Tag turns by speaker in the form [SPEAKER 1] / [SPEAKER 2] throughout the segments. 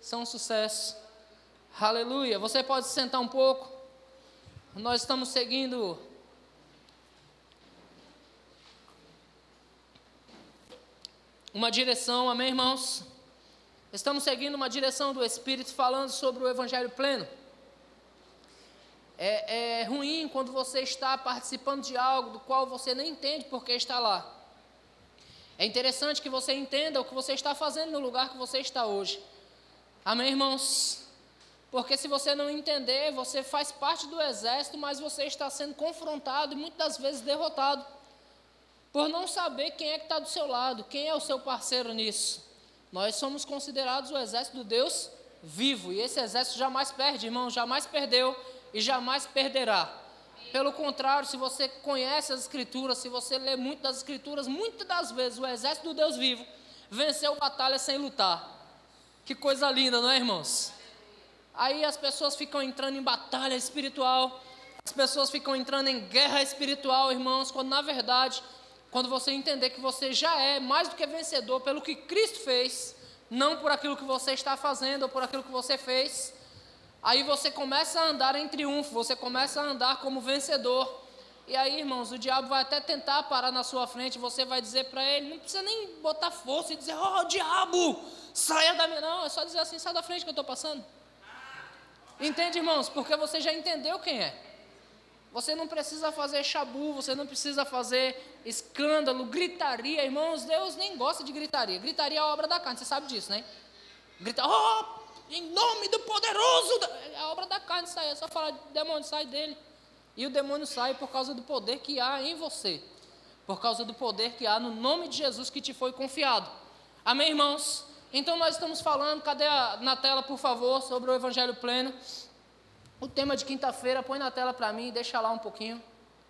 [SPEAKER 1] são um sucesso. Aleluia. Você pode se sentar um pouco. Nós estamos seguindo uma direção, amém, irmãos? Estamos seguindo uma direção do Espírito falando sobre o Evangelho pleno. É ruim quando você está participando de algo do qual você nem entende porque está lá. É interessante que você entenda o que você está fazendo no lugar que você está hoje. Amém, irmãos? Porque se você não entender, você faz parte do exército, mas você está sendo confrontado e muitas das vezes derrotado. Por não saber quem é que está do seu lado, quem é o seu parceiro nisso. Nós somos considerados o exército do Deus vivo. E esse exército jamais perde, irmão, jamais perdeu e jamais perderá. Pelo contrário, se você conhece as Escrituras, se você lê muito das Escrituras, muitas das vezes o exército do Deus vivo venceu batalha sem lutar. Que coisa linda, não é, irmãos? Aí as pessoas ficam entrando em batalha espiritual, as pessoas ficam entrando em guerra espiritual, irmãos, quando na verdade, quando você entender que você já é mais do que vencedor pelo que Cristo fez, não por aquilo que você está fazendo ou por aquilo que você fez, aí você começa a andar em triunfo, você começa a andar como vencedor. E aí, irmãos, o diabo vai até tentar parar na sua frente, você vai dizer para ele, não precisa nem botar força e dizer, diabo, saia da minha... Não, é só dizer assim, sai da frente que eu estou passando. Entende, irmãos? Porque você já entendeu quem é. Você não precisa fazer chabu, você não precisa fazer escândalo, gritaria, irmãos. Deus nem gosta de gritaria. Gritaria é a obra da carne, você sabe disso, né? Grita, em nome do poderoso. É a obra da carne, sai. É só falar, demônio, sai dele. E o demônio sai por causa do poder que há em você. Por causa do poder que há no nome de Jesus que te foi confiado. Amém, irmãos? Então nós estamos falando, cadê na tela, por favor, sobre o Evangelho pleno. O tema de quinta-feira, põe na tela para mim, deixa lá um pouquinho.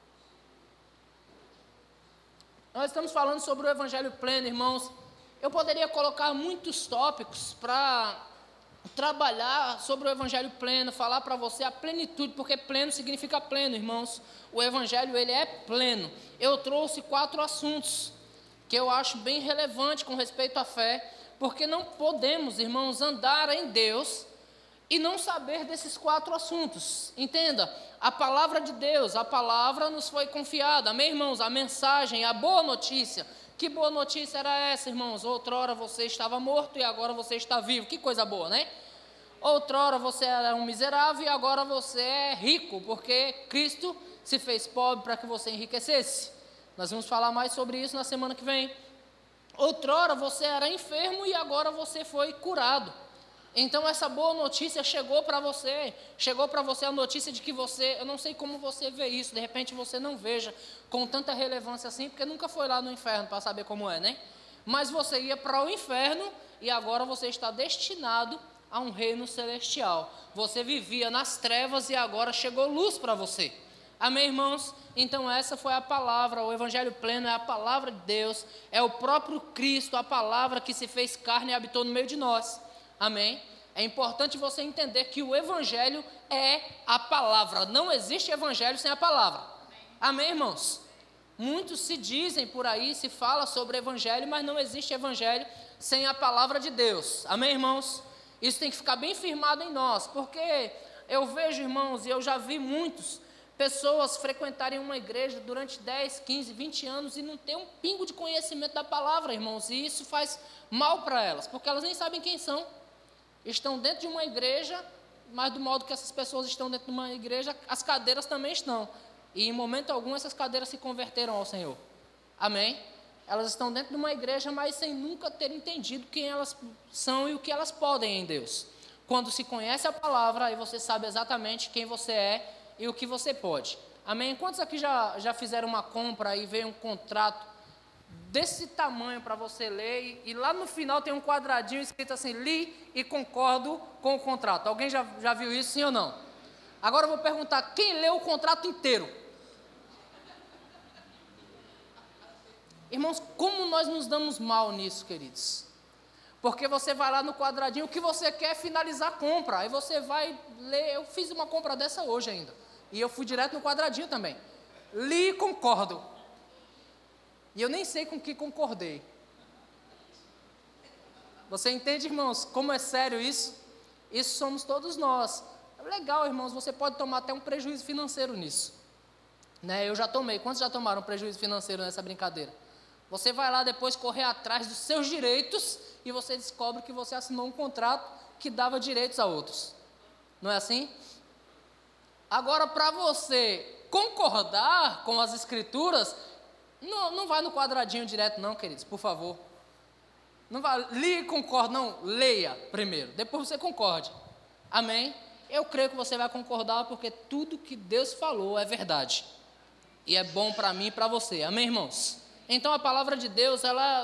[SPEAKER 1] Nós estamos falando sobre o Evangelho pleno, irmãos. Eu poderia colocar muitos tópicos para trabalhar sobre o Evangelho pleno, falar para você a plenitude, porque pleno significa pleno, irmãos. O Evangelho, ele é pleno. Eu trouxe 4 assuntos que eu acho bem relevante com respeito à fé, porque não podemos, irmãos, andar em Deus e não saber desses 4 assuntos. Entenda, a palavra de Deus, a palavra nos foi confiada, amém, irmãos? A mensagem, a boa notícia. Que boa notícia era essa, irmãos? Outrora você estava morto e agora você está vivo. Que coisa boa, né? Outrora você era um miserável e agora você é rico, porque Cristo se fez pobre para que você enriquecesse. Nós vamos falar mais sobre isso na semana que vem. Outrora você era enfermo e agora você foi curado. Então essa boa notícia chegou para você a notícia de que você, eu não sei como você vê isso, de repente você não veja com tanta relevância assim, porque nunca foi lá no inferno para saber como é, né? Mas você ia para o inferno e agora você está destinado a um reino celestial. Você vivia nas trevas e agora chegou luz para você. Amém, irmãos? Então essa foi a palavra, o Evangelho pleno é a palavra de Deus, é o próprio Cristo, a palavra que se fez carne e habitou no meio de nós. Amém? É importante você entender que o Evangelho é a palavra, não existe Evangelho sem a palavra. Amém, irmãos? Muitos se dizem por aí, se fala sobre Evangelho, mas não existe Evangelho sem a palavra de Deus. Amém, irmãos? Isso tem que ficar bem firmado em nós, porque eu vejo, irmãos, e eu já vi muitos pessoas frequentarem uma igreja durante 10, 15, 20 anos e não ter um pingo de conhecimento da palavra, irmãos, e isso faz mal para elas, porque elas nem sabem quem são. Estão dentro de uma igreja, mas do modo que essas pessoas estão dentro de uma igreja, as cadeiras também estão. E em momento algum essas cadeiras se converteram ao Senhor. Amém? Elas estão dentro de uma igreja, mas sem nunca ter entendido quem elas são e o que elas podem em Deus. Quando se conhece a palavra, aí você sabe exatamente quem você é e o que você pode. Amém? Quantos aqui já fizeram uma compra e veio um contrato desse tamanho para você ler e lá no final tem um quadradinho escrito assim, li e concordo com o contrato. Alguém já viu isso, sim ou não? Agora eu vou perguntar, quem leu o contrato inteiro? Irmãos, como nós nos damos mal nisso, queridos? Porque você vai lá no quadradinho, o que você quer é finalizar a compra, aí você vai ler, eu fiz uma compra dessa hoje ainda, e eu fui direto no quadradinho também, li e concordo, e eu nem sei com que concordei. Você entende, irmãos, como é sério isso? Isso somos todos nós. Legal, irmãos, você pode tomar até um prejuízo financeiro nisso. Né? Eu já tomei. Quantos já tomaram prejuízo financeiro nessa brincadeira? Você vai lá depois correr atrás dos seus direitos e você descobre que você assinou um contrato que dava direitos a outros. Não é assim? Agora, para você concordar com as escrituras, não vai no quadradinho direto não, queridos, por favor. Não vai, li e concorda, não, leia primeiro, depois você concorde. Amém? Eu creio que você vai concordar porque tudo que Deus falou é verdade. E é bom para mim e para você. Amém, irmãos? Então a palavra de Deus, ela,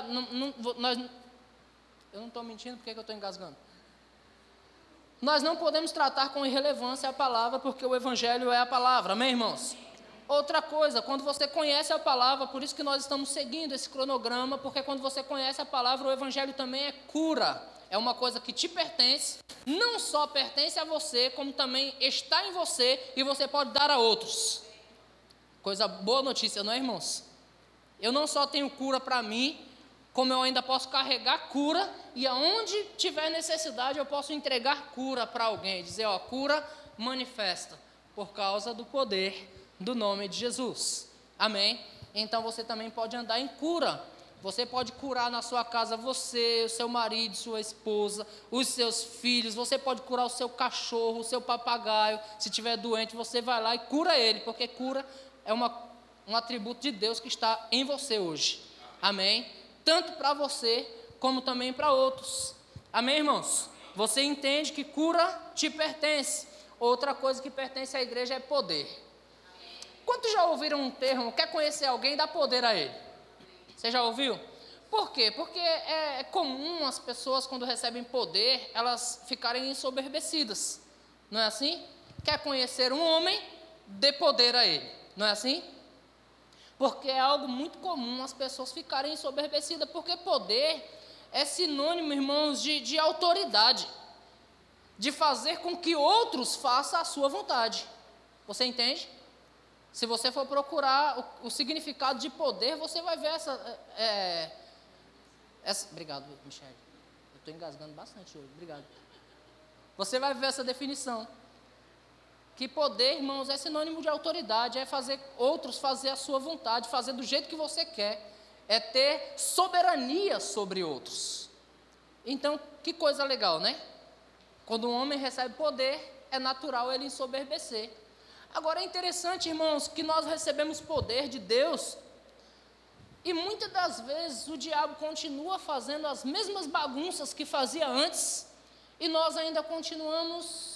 [SPEAKER 1] eu não estou mentindo, por que eu estou engasgando? Nós não podemos tratar com irrelevância a palavra, porque o Evangelho é a palavra, amém, irmãos? Outra coisa, quando você conhece a palavra, por isso que nós estamos seguindo esse cronograma, porque quando você conhece a palavra, o Evangelho também é cura, é uma coisa que te pertence, não só pertence a você, como também está em você e você pode dar a outros. Coisa boa notícia, não é, irmãos? Eu não só tenho cura para mim, como eu ainda posso carregar cura, e aonde tiver necessidade eu posso entregar cura para alguém, dizer, ó, cura manifesta, por causa do poder do nome de Jesus, amém? Então você também pode andar em cura, você pode curar na sua casa você, o seu marido, sua esposa, os seus filhos, você pode curar o seu cachorro, o seu papagaio, se estiver doente você vai lá e cura ele, porque cura é um atributo de Deus que está em você hoje, amém? Tanto para você, como também para outros, amém, irmãos? Você entende que cura te pertence, outra coisa que pertence à igreja é poder. Quantos já ouviram um termo, quer conhecer alguém, dá poder a ele? Você já ouviu? Por quê? Porque é comum as pessoas, quando recebem poder, elas ficarem ensoberbecidas, não é assim? Quer conhecer um homem, dê poder a ele, não é assim? Porque é algo muito comum as pessoas ficarem ensoberbecidas, porque poder é sinônimo, irmãos, de autoridade, de fazer com que outros façam a sua vontade. Você entende? Se você for procurar o significado de poder, você vai ver obrigado, Michele. Eu estou engasgando bastante hoje, obrigado. Você vai ver essa definição. Que poder, irmãos, é sinônimo de autoridade, é fazer outros fazer a sua vontade, fazer do jeito que você quer, é ter soberania sobre outros. Então, que coisa legal, né? Quando um homem recebe poder, é natural ele ensoberbecer. Agora é interessante, irmãos, que nós recebemos poder de Deus, e muitas das vezes o diabo continua fazendo as mesmas bagunças que fazia antes, e nós ainda continuamos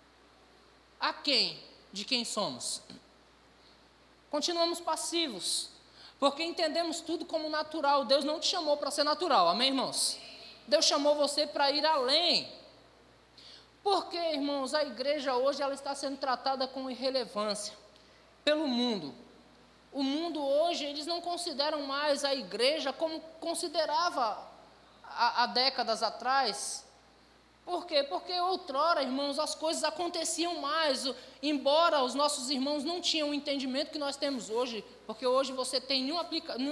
[SPEAKER 1] aquém de quem somos. Continuamos passivos, porque entendemos tudo como natural. Deus não te chamou para ser natural, amém, irmãos? Deus chamou você para ir além. Porque, irmãos, a igreja hoje ela está sendo tratada com irrelevância pelo mundo. O mundo hoje, eles não consideram mais a igreja como considerava há décadas atrás. Por quê? Porque outrora, irmãos, as coisas aconteciam mais, embora os nossos irmãos não tinham o entendimento que nós temos hoje, porque hoje você tem um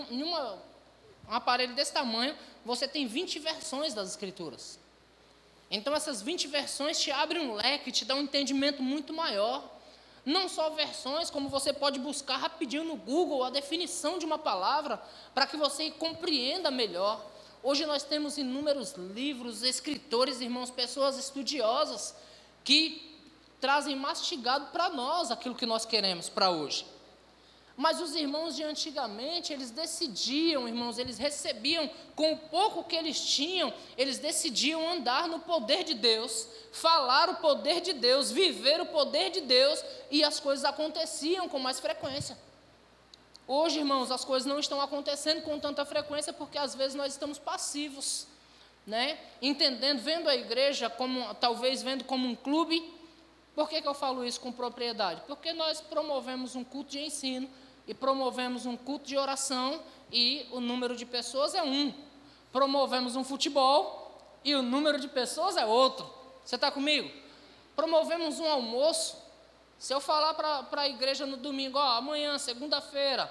[SPEAKER 1] aparelho desse tamanho, você tem 20 versões das escrituras. Então essas 20 versões te abrem um leque, te dão um entendimento muito maior. Não só versões, como você pode buscar rapidinho no Google a definição de uma palavra, para que você compreenda melhor. Hoje nós temos inúmeros livros, escritores, irmãos, pessoas estudiosas, que trazem mastigado para nós aquilo que nós queremos para hoje. Mas os irmãos de antigamente, eles decidiam, irmãos, eles recebiam com o pouco que eles tinham, eles decidiam andar no poder de Deus, falar o poder de Deus, viver o poder de Deus, e as coisas aconteciam com mais frequência. Hoje, irmãos, as coisas não estão acontecendo com tanta frequência, porque às vezes nós estamos passivos, né? Entendendo, vendo a igreja como, talvez vendo como um clube. Por que eu falo isso com propriedade? Porque nós promovemos um culto de ensino, e promovemos um culto de oração, e o número de pessoas é um. Promovemos um futebol, e o número de pessoas é outro. Você está comigo? Promovemos um almoço. Se eu falar para a igreja no domingo, ó, amanhã, segunda-feira,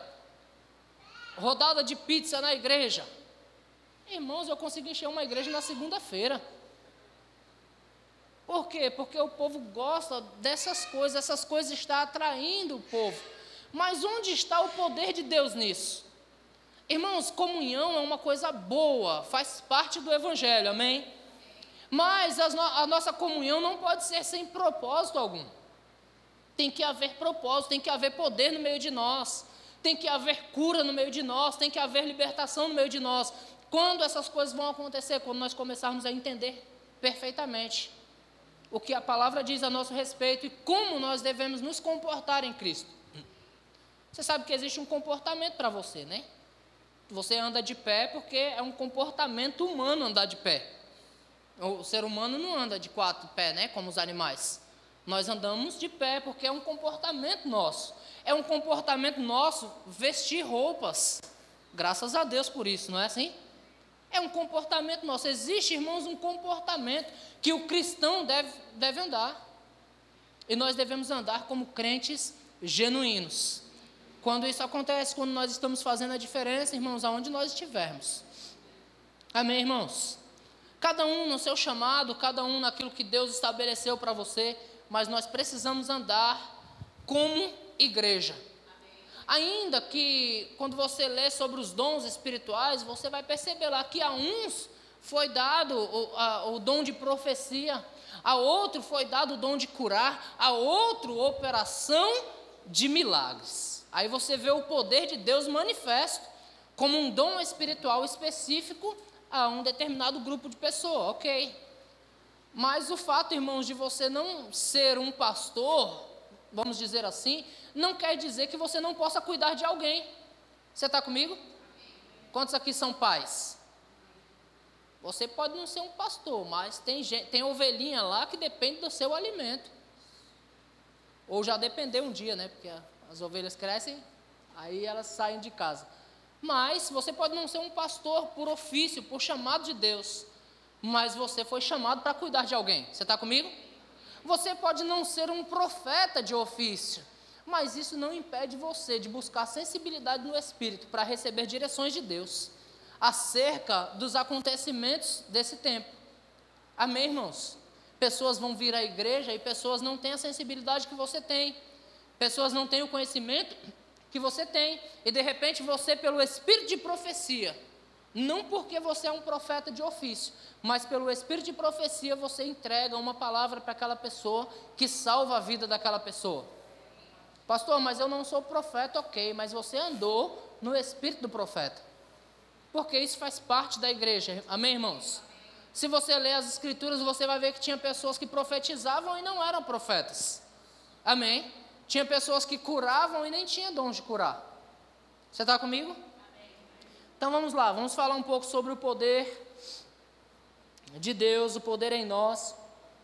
[SPEAKER 1] rodada de pizza na igreja. Irmãos, eu consegui encher uma igreja na segunda-feira. Por quê? Porque o povo gosta dessas coisas, essas coisas estão atraindo o povo. Mas onde está o poder de Deus nisso? Irmãos, comunhão é uma coisa boa, faz parte do Evangelho, amém? Mas a nossa comunhão não pode ser sem propósito algum. Tem que haver propósito, tem que haver poder no meio de nós, tem que haver cura no meio de nós, tem que haver libertação no meio de nós. Quando essas coisas vão acontecer? Quando nós começarmos a entender perfeitamente o que a palavra diz a nosso respeito e como nós devemos nos comportar em Cristo. Você sabe que existe um comportamento para você, né? Você anda de pé porque é um comportamento humano andar de pé. O ser humano não anda de 4 pés, né? Como os animais. Nós andamos de pé porque é um comportamento nosso. É um comportamento nosso vestir roupas. Graças a Deus por isso, não é assim? É um comportamento nosso. Existe, irmãos, um comportamento que o cristão deve andar. E nós devemos andar como crentes genuínos. Quando isso acontece, quando nós estamos fazendo a diferença, irmãos, aonde nós estivermos. Amém, irmãos? Cada um no seu chamado, cada um naquilo que Deus estabeleceu para você, mas nós precisamos andar como igreja. Ainda que, quando você lê sobre os dons espirituais, você vai perceber lá que a uns foi dado o dom de profecia, a outro foi dado o dom de curar, a outro operação de milagres. Aí você vê o poder de Deus manifesto como um dom espiritual específico a um determinado grupo de pessoas, ok. Mas o fato, irmãos, de você não ser um pastor, vamos dizer assim, não quer dizer que você não possa cuidar de alguém. Você está comigo? Quantos aqui são pais? Você pode não ser um pastor, mas tem ovelhinha lá que depende do seu alimento. Ou já dependeu um dia, né? Porque as ovelhas crescem, aí elas saem de casa. Mas você pode não ser um pastor por ofício, por chamado de Deus, mas você foi chamado para cuidar de alguém. Você está comigo? Você pode não ser um profeta de ofício, mas isso não impede você de buscar sensibilidade no Espírito para receber direções de Deus acerca dos acontecimentos desse tempo. Amém, irmãos? Pessoas vão vir à igreja e pessoas não têm a sensibilidade que você tem. Pessoas não têm o conhecimento que você tem. E de repente você, pelo Espírito de profecia, não porque você é um profeta de ofício, mas pelo Espírito de profecia você entrega uma palavra para aquela pessoa que salva a vida daquela pessoa. Pastor, mas eu não sou profeta, ok, mas você andou no Espírito do profeta. Porque isso faz parte da igreja. Amém, irmãos? Se você ler as escrituras, você vai ver que tinha pessoas que profetizavam e não eram profetas. Amém? Tinha pessoas que curavam e nem tinham dom de curar. Você está comigo? Amém. Então vamos lá, vamos falar um pouco sobre o poder de Deus, o poder em nós.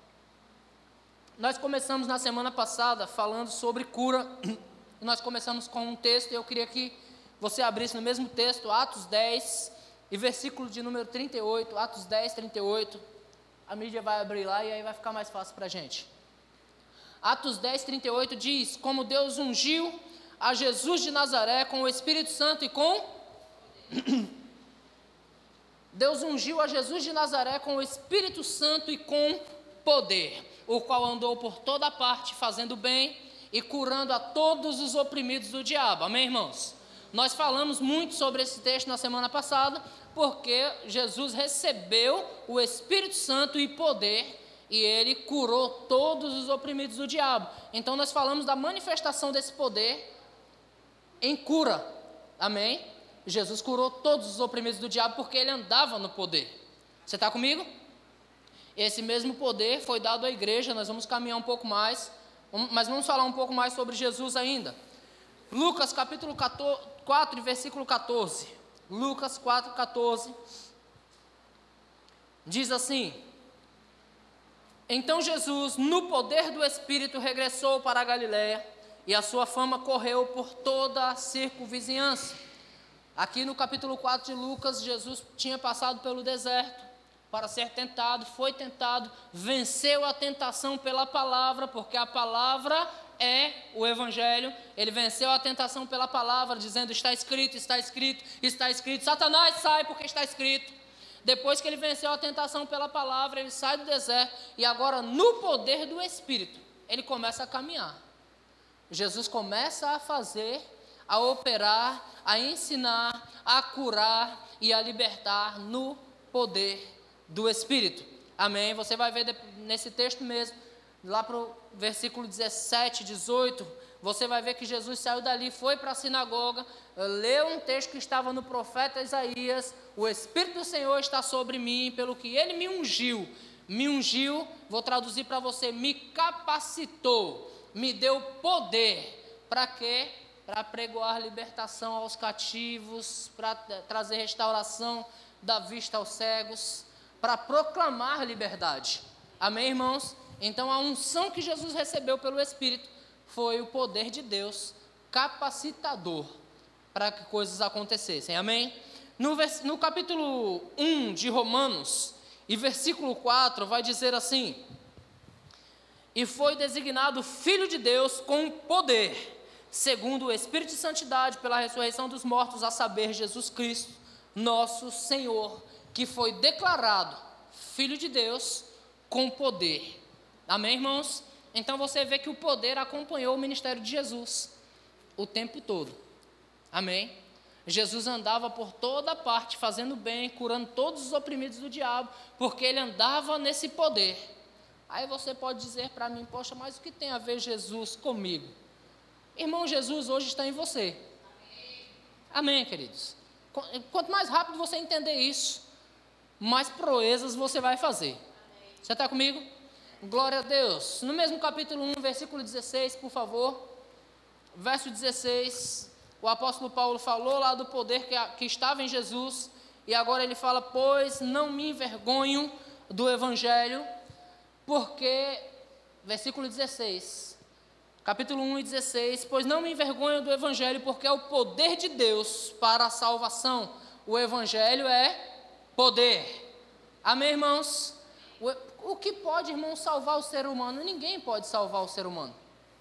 [SPEAKER 1] Nós começamos na semana passada falando sobre cura. Nós começamos com um texto, e eu queria que você abrisse no mesmo texto, Atos 10, e versículo de número 38, Atos 10, 38. A mídia vai abrir lá e aí vai ficar mais fácil para a gente. Atos 10, 38 diz: como Deus ungiu a Jesus de Nazaré com o Espírito Santo e com... Deus ungiu a Jesus de Nazaré com o Espírito Santo e com poder, o qual andou por toda parte fazendo bem e curando a todos os oprimidos do diabo. Amém, irmãos? Nós falamos muito sobre esse texto na semana passada, porque Jesus recebeu o Espírito Santo e poder, e ele curou todos os oprimidos do diabo. Então nós falamos da manifestação desse poder em cura. Amém? Jesus curou todos os oprimidos do diabo porque ele andava no poder. Você está comigo? Esse mesmo poder foi dado à igreja. Nós vamos caminhar um pouco mais, mas vamos falar um pouco mais sobre Jesus ainda. Lucas capítulo 4, versículo 14. Lucas 4, 14. Diz assim: então Jesus, no poder do Espírito, regressou para a Galiléia, e a sua fama correu por toda a circunvizinhança. Aqui no capítulo 4 de Lucas, Jesus tinha passado pelo deserto para ser tentado, foi tentado, venceu a tentação pela palavra, porque a palavra é o Evangelho. Ele venceu a tentação pela palavra, dizendo: está escrito, está escrito, está escrito. Satanás, sai, porque está escrito. Depois que ele venceu a tentação pela palavra, ele sai do deserto e agora no poder do Espírito, ele começa a caminhar. Jesus começa a fazer, a operar, a ensinar, a curar e a libertar no poder do Espírito. Amém? Você vai ver nesse texto mesmo, lá para o versículo 17, 18, você vai ver que Jesus saiu dali, foi para a sinagoga, leu um texto que estava no profeta Isaías: o Espírito do Senhor está sobre mim, pelo que Ele me ungiu, vou traduzir para você, me capacitou, me deu poder, para quê? Para pregoar libertação aos cativos, para trazer restauração da vista aos cegos, para proclamar liberdade. Amém, irmãos? Então a unção que Jesus recebeu pelo Espírito foi o poder de Deus capacitador para que coisas acontecessem. Amém? No capítulo 1 de Romanos, e versículo 4, vai dizer assim: e foi designado Filho de Deus com poder, segundo o Espírito de Santidade, pela ressurreição dos mortos, a saber, Jesus Cristo, nosso Senhor, que foi declarado Filho de Deus com poder. Amém, irmãos? Então você vê que o poder acompanhou o ministério de Jesus o tempo todo. Amém? Jesus andava por toda parte, fazendo bem, curando todos os oprimidos do diabo, porque ele andava nesse poder. Aí você pode dizer para mim: poxa, mas o que tem a ver Jesus comigo? Irmão, Jesus hoje está em você. Amém, queridos? Quanto mais rápido você entender isso, mais proezas você vai fazer. Você está comigo? Glória a Deus. No mesmo capítulo 1, versículo 16, por favor. Verso 16, o apóstolo Paulo falou lá do poder que estava em Jesus, e agora ele fala: pois não me envergonho do Evangelho, porque, versículo 16, capítulo 1 e 16, pois não me envergonho do Evangelho, porque é o poder de Deus para a salvação. O Evangelho é poder. Amém, irmãos? O que pode, irmão, salvar o ser humano? Ninguém pode salvar o ser humano.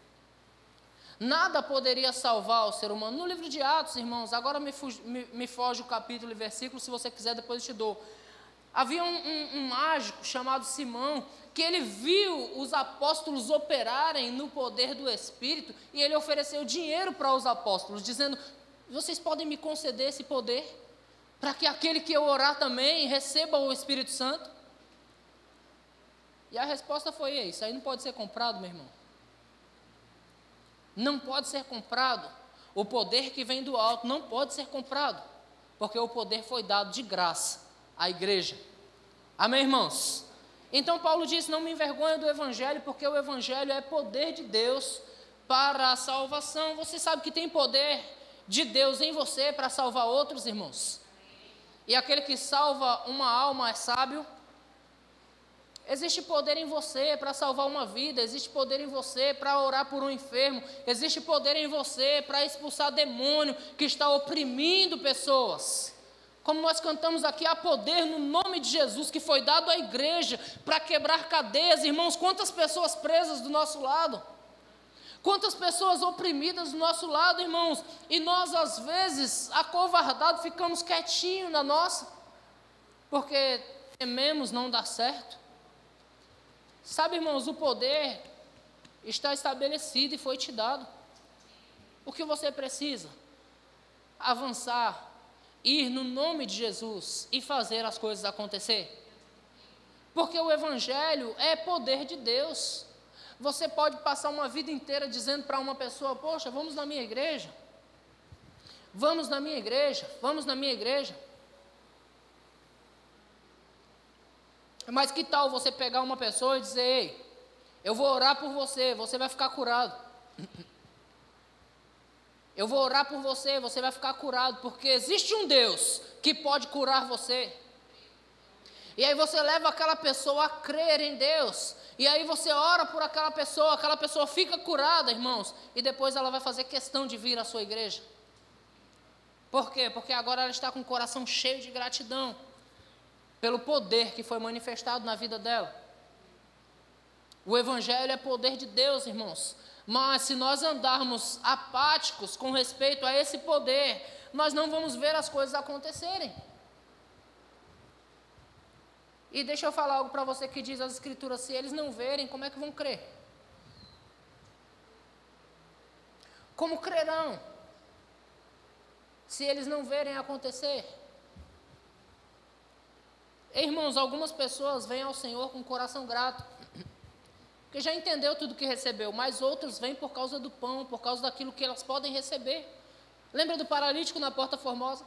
[SPEAKER 1] Nada poderia salvar o ser humano. No livro de Atos, irmãos, agora me foge o capítulo e versículo, se você quiser depois eu te dou. Havia um mágico chamado Simão, que ele viu os apóstolos operarem no poder do Espírito, e ele ofereceu dinheiro para os apóstolos, dizendo: vocês podem me conceder esse poder, para que aquele que eu orar também receba o Espírito Santo? E a resposta foi: isso aí não pode ser comprado, meu irmão. Não pode ser comprado. O poder que vem do alto não pode ser comprado, porque o poder foi dado de graça à igreja. Amém, irmãos? Então Paulo disse: não me envergonho do Evangelho, porque o Evangelho é poder de Deus para a salvação. Você sabe que tem poder de Deus em você para salvar outros, irmãos? E aquele que salva uma alma é sábio. Existe poder em você para salvar uma vida, existe poder em você para orar por um enfermo, existe poder em você para expulsar demônio que está oprimindo pessoas. Como nós cantamos aqui, há poder no nome de Jesus que foi dado à igreja para quebrar cadeias. Irmãos, quantas pessoas presas do nosso lado, quantas pessoas oprimidas do nosso lado, irmãos, e nós às vezes, acovardados, ficamos quietinhos na nossa, porque tememos não dar certo. Sabe, irmãos, o poder está estabelecido e foi te dado. O que você precisa? Avançar, ir no nome de Jesus e fazer as coisas acontecer. Porque o Evangelho é poder de Deus. Você pode passar uma vida inteira dizendo para uma pessoa: poxa, vamos na minha igreja. Vamos na minha igreja, vamos na minha igreja. Mas que tal você pegar uma pessoa e dizer: ei, eu vou orar por você, você vai ficar curado. Eu vou orar por você, você vai ficar curado, porque existe um Deus que pode curar você. E aí você leva aquela pessoa a crer em Deus, e aí você ora por aquela pessoa fica curada, irmãos, e depois ela vai fazer questão de vir à sua igreja. Por quê? Porque agora ela está com o coração cheio de gratidão pelo poder que foi manifestado na vida dela. O Evangelho é poder de Deus, irmãos. Mas se nós andarmos apáticos com respeito a esse poder, nós não vamos ver as coisas acontecerem. E deixa eu falar algo para você que diz as Escrituras: se eles não verem, como é que vão crer? Como crerão, se eles não verem acontecer? Irmãos, algumas pessoas vêm ao Senhor com o coração grato, porque já entendeu tudo que recebeu, mas outros vêm por causa do pão, por causa daquilo que elas podem receber. Lembra do paralítico na Porta Formosa?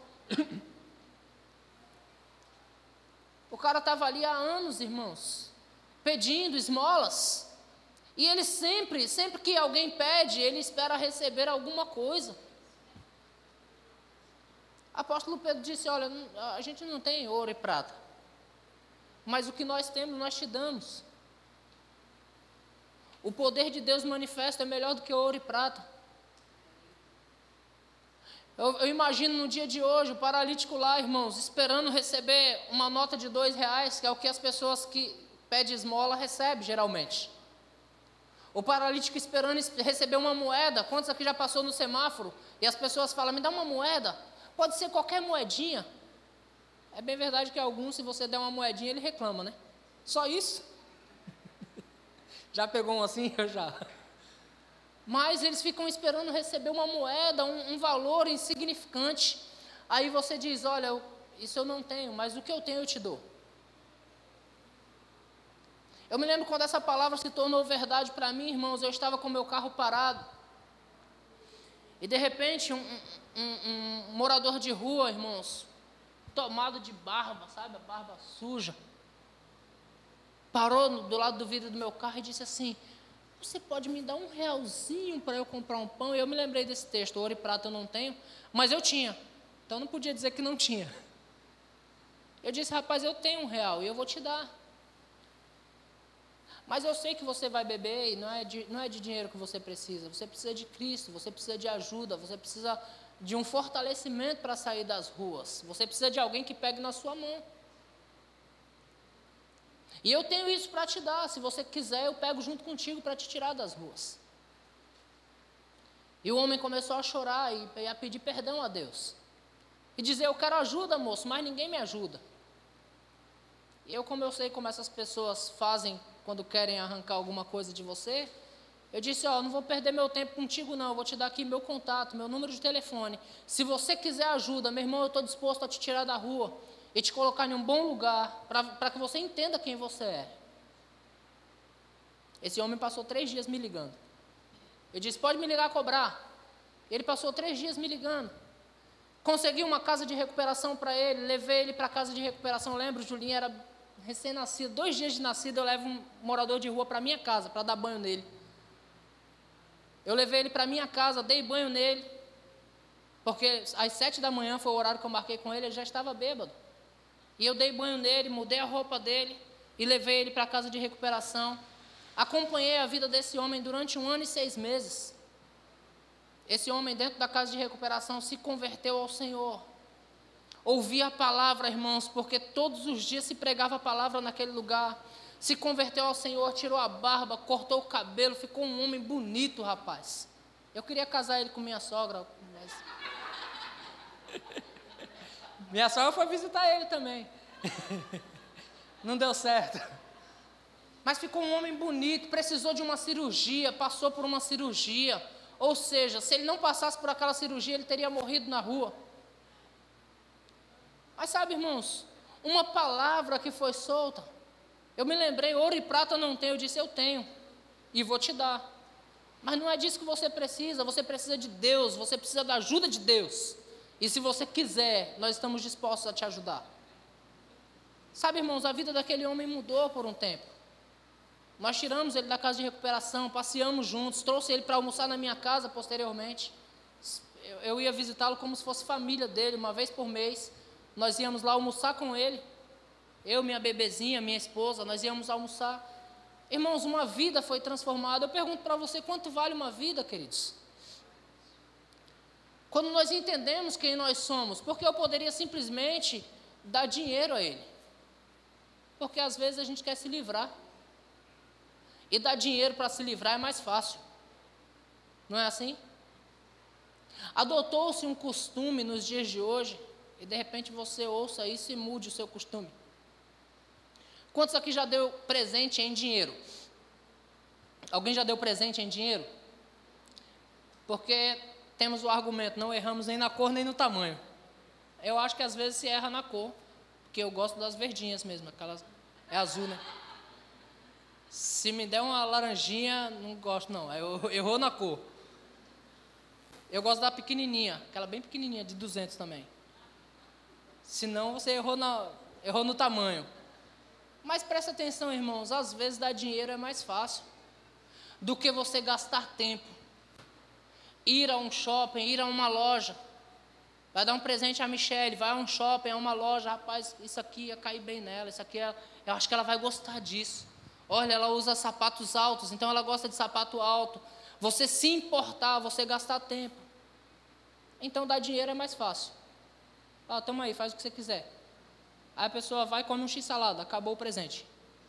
[SPEAKER 1] O cara estava ali há anos, irmãos, pedindo esmolas, e ele sempre que alguém pede, ele espera receber alguma coisa. O apóstolo Pedro disse: olha, a gente não tem ouro e prata, mas o que nós temos, nós te damos. O poder de Deus manifesto é melhor do que ouro e prata. Eu imagino no dia de hoje, o paralítico lá, irmãos, esperando receber uma nota de R$2, que é o que as pessoas que pedem esmola recebem, geralmente. O paralítico esperando receber uma moeda. Quantos aqui já passou no semáforo e as pessoas falam: me dá uma moeda? Pode ser qualquer moedinha. É bem verdade que alguns, se você der uma moedinha, ele reclama, né? Só isso? Já pegou um assim? Eu já. Mas eles ficam esperando receber uma moeda, um valor insignificante. Aí você diz: olha, isso eu não tenho, mas o que eu tenho eu te dou. Eu me lembro quando essa palavra se tornou verdade para mim, irmãos. Eu estava com meu carro parado, e de repente um morador de rua, irmãos, tomado de barba, sabe, a barba suja, parou do lado do vidro do meu carro e disse assim: você pode me dar R$1 para eu comprar um pão? E eu me lembrei desse texto: ouro e prata eu não tenho, mas eu tinha, então não podia dizer que não tinha. Eu disse: rapaz, eu tenho R$1 e eu vou te dar, mas eu sei que você vai beber e não é de dinheiro que você precisa de Cristo, você precisa de ajuda, você precisa de um fortalecimento para sair das ruas, você precisa de alguém que pegue na sua mão. E eu tenho isso para te dar. Se você quiser, eu pego junto contigo para te tirar das ruas. E o homem começou a chorar e a pedir perdão a Deus. E dizer: eu quero ajuda, moço, mas ninguém me ajuda. E como eu sei como essas pessoas fazem quando querem arrancar alguma coisa de você, eu disse: não vou perder meu tempo contigo não, eu vou te dar aqui meu contato, meu número de telefone. Se você quiser ajuda, meu irmão, eu estou disposto a te tirar da rua e te colocar em um bom lugar, para que você entenda quem você é. Esse homem passou 3 dias me ligando. Eu disse: pode me ligar a cobrar. Ele passou 3 dias me ligando. Consegui uma casa de recuperação para ele, levei ele para a casa de recuperação. Lembro, o Julinho era recém-nascido, 2 dias de nascido, eu levo um morador de rua para minha casa, para dar banho nele. Eu levei ele para minha casa, dei banho nele, porque às 7 da manhã foi o horário que eu marquei com ele, ele já estava bêbado. E eu dei banho nele, mudei a roupa dele e levei ele para a casa de recuperação. Acompanhei a vida desse homem durante 1 ano e 6 meses. Esse homem, dentro da casa de recuperação, se converteu ao Senhor. Ouvia a palavra, irmãos, porque todos os dias se pregava a palavra naquele lugar. Se converteu ao Senhor, tirou a barba, cortou o cabelo, ficou um homem bonito, rapaz. Eu queria casar ele com minha sogra, mas... minha sogra foi visitar ele também. Não deu certo. Mas ficou um homem bonito, precisou de uma cirurgia, passou por uma cirurgia. Ou seja, se ele não passasse por aquela cirurgia, ele teria morrido na rua. Mas sabe, irmãos, uma palavra que foi solta, eu me lembrei: ouro e prata eu não tenho. Eu disse: eu tenho, e vou te dar. Mas não é disso que você precisa de Deus, você precisa da ajuda de Deus. E se você quiser, nós estamos dispostos a te ajudar. Sabe, irmãos, a vida daquele homem mudou por um tempo. Nós tiramos ele da casa de recuperação, passeamos juntos, trouxe ele para almoçar na minha casa posteriormente. Eu ia visitá-lo como se fosse família dele, uma vez por mês. Nós íamos lá almoçar com ele. Eu, minha bebezinha, minha esposa, nós íamos almoçar. Irmãos, uma vida foi transformada. Eu pergunto para você: quanto vale uma vida, queridos? Quando nós entendemos quem nós somos, porque eu poderia simplesmente dar dinheiro a ele. Porque às vezes a gente quer se livrar. E dar dinheiro para se livrar é mais fácil. Não é assim? Adotou-se um costume nos dias de hoje, e de repente você ouça isso e mude o seu costume. Quantos aqui já deu presente em dinheiro? Alguém já deu presente em dinheiro? Porque temos o argumento, não erramos nem na cor nem no tamanho. Eu acho que às vezes se erra na cor, porque eu gosto das verdinhas mesmo, aquelas, é azul, né? Se me der uma laranjinha, não gosto não, eu errou na cor. Eu gosto da pequenininha, aquela bem pequenininha, de 200 também. Se não, você errou no tamanho. Mas presta atenção, irmãos, às vezes dar dinheiro é mais fácil do que você gastar tempo. Ir a um shopping, ir a uma loja. Vai dar um presente à Michelle, vai a um shopping, a uma loja, rapaz, isso aqui ia cair bem nela, isso aqui, eu acho que ela vai gostar disso. Olha, ela usa sapatos altos, então ela gosta de sapato alto. Você se importar, você gastar tempo. Então dar dinheiro é mais fácil. Toma aí, faz o que você quiser. Aí a pessoa vai e come um x-salada, acabou o presente.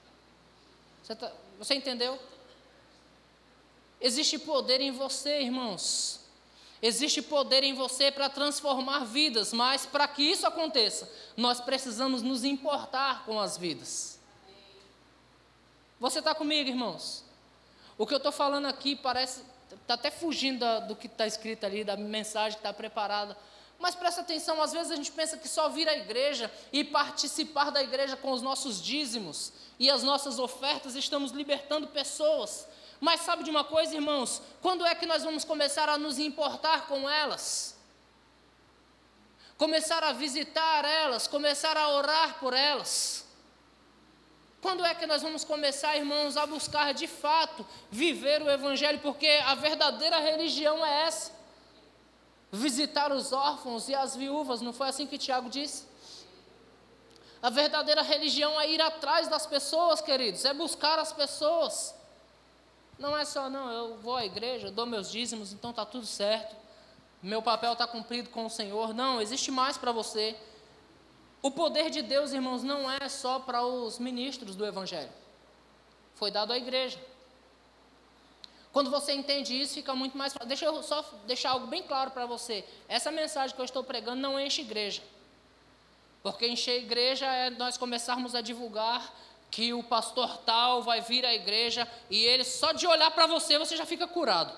[SPEAKER 1] Você entendeu? Existe poder em você, irmãos. Existe poder em você para transformar vidas, mas para que isso aconteça, nós precisamos nos importar com as vidas. Você está comigo, irmãos? O que eu estou falando aqui parece, está até fugindo do que está escrito ali, da mensagem que está preparada. Mas presta atenção, às vezes a gente pensa que só vir à igreja e participar da igreja com os nossos dízimos e as nossas ofertas estamos libertando pessoas. Mas sabe de uma coisa, irmãos? Quando é que nós vamos começar a nos importar com elas? Começar a visitar elas, começar a orar por elas? Quando é que nós vamos começar, irmãos, a buscar de fato viver o Evangelho? Porque a verdadeira religião é essa. Visitar os órfãos e as viúvas, não foi assim que Tiago disse? A verdadeira religião é ir atrás das pessoas, queridos, é buscar as pessoas. Não é só, não, eu vou à igreja, eu dou meus dízimos, então está tudo certo. Meu papel está cumprido com o Senhor. Não, existe mais para você. O poder de Deus, irmãos, não é só para os ministros do Evangelho. Foi dado à igreja. Quando você entende isso, fica muito mais fácil. Deixa eu só deixar algo bem claro para você. Essa mensagem que eu estou pregando não enche igreja. Porque encher igreja é nós começarmos a divulgar que o pastor tal vai vir à igreja e ele, só de olhar para você, você já fica curado.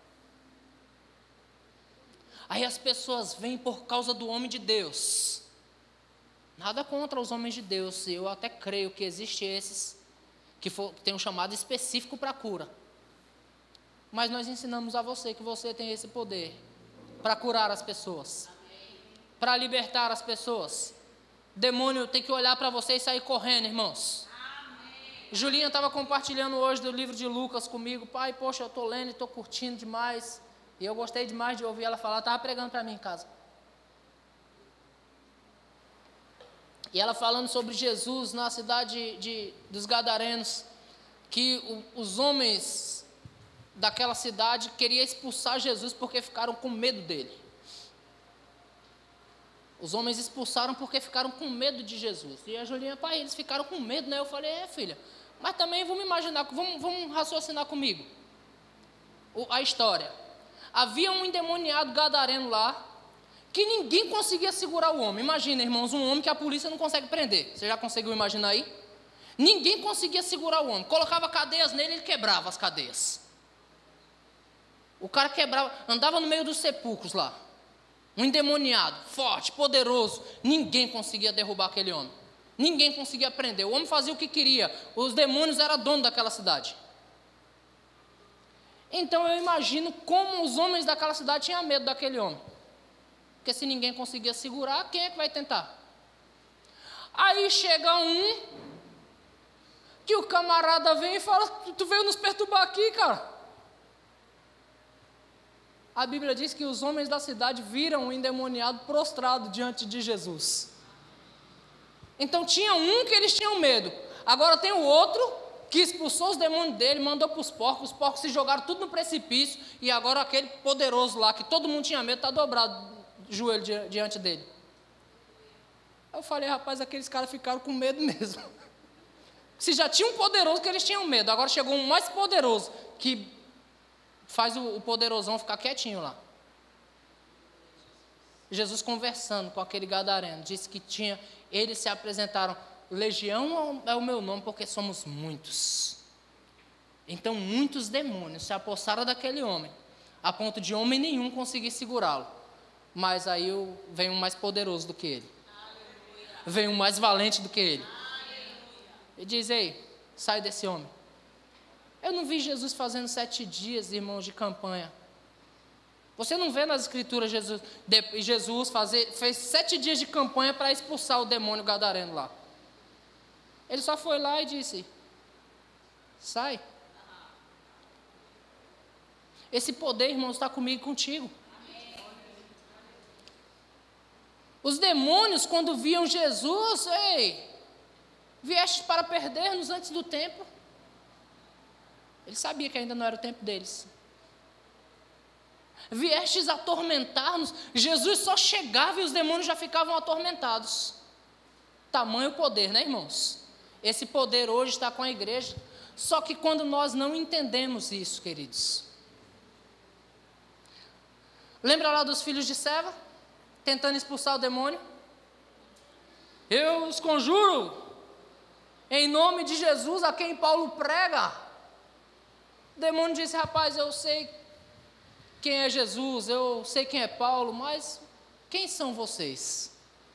[SPEAKER 1] Aí as pessoas vêm por causa do homem de Deus. Nada contra os homens de Deus. Eu até creio que existem esses que tem um chamado específico para cura. Mas nós ensinamos a você que você tem esse poder para curar as pessoas, para libertar as pessoas. Demônio tem que olhar para você e sair correndo, irmãos. Julinha estava compartilhando hoje do livro de Lucas comigo. Pai, poxa, eu estou lendo e estou curtindo demais. E eu gostei demais de ouvir ela falar. Estava pregando para mim em casa. E ela falando sobre Jesus na cidade dos Gadarenos. Que os homens daquela cidade queriam expulsar Jesus porque ficaram com medo dele. Os homens expulsaram porque ficaram com medo de Jesus. E a Julinha, pai, eles ficaram com medo, né? Eu falei, filha, mas também vamos imaginar, vamos raciocinar comigo a história. Havia um endemoniado gadareno lá, que ninguém conseguia segurar o homem. Imagina, irmãos, um homem que a polícia não consegue prender. Você já conseguiu imaginar aí? Ninguém conseguia segurar o homem. Colocava cadeias nele, ele quebrava as cadeias. O cara quebrava, andava no meio dos sepulcros lá. Um endemoniado, forte, poderoso. Ninguém conseguia derrubar aquele homem. Ninguém conseguia prender. O homem fazia o que queria. Os demônios eram donos daquela cidade. Então eu imagino como os homens daquela cidade tinham medo daquele homem. Porque se ninguém conseguia segurar, quem é que vai tentar? Aí chega um, que o camarada vem e fala, tu veio nos perturbar aqui, cara. A Bíblia diz que os homens da cidade viram o endemoniado prostrado diante de Jesus. Então tinha um que eles tinham medo. Agora tem o outro que expulsou os demônios dele, mandou para os porcos se jogaram tudo no precipício, e agora aquele poderoso lá, que todo mundo tinha medo, está dobrado de joelho diante dele. Eu falei, rapaz, aqueles caras ficaram com medo mesmo. Se já tinha um poderoso que eles tinham medo, agora chegou um mais poderoso, que faz o poderosão ficar quietinho lá. Jesus conversando com aquele gadareno, disse que eles se apresentaram, Legião é o meu nome porque somos muitos. Então muitos demônios se apossaram daquele homem, a ponto de homem nenhum conseguir segurá-lo. Mas aí vem um mais poderoso do que ele. Vem um mais valente do que ele. E diz: ei, sai desse homem. Eu não vi Jesus fazendo 7 dias, irmãos, de campanha. Você não vê nas escrituras Jesus fez 7 dias de campanha para expulsar o demônio gadareno lá. Ele só foi lá e disse: sai. Esse poder, irmãos, está comigo e contigo. Os demônios, quando viam Jesus: ei, vieste para perder-nos antes do tempo. Ele sabia que ainda não era o tempo deles. Viestes atormentar-nos. Jesus só chegava e os demônios já ficavam atormentados. Tamanho poder, né, irmãos? Esse poder hoje está com a igreja. Só que quando nós não entendemos isso, queridos. Lembra lá dos filhos de Seva, tentando expulsar o demônio? Eu os conjuro, em nome de Jesus, a quem Paulo prega. O demônio disse: rapaz, eu sei quem é Jesus, eu sei quem é Paulo, mas quem são vocês?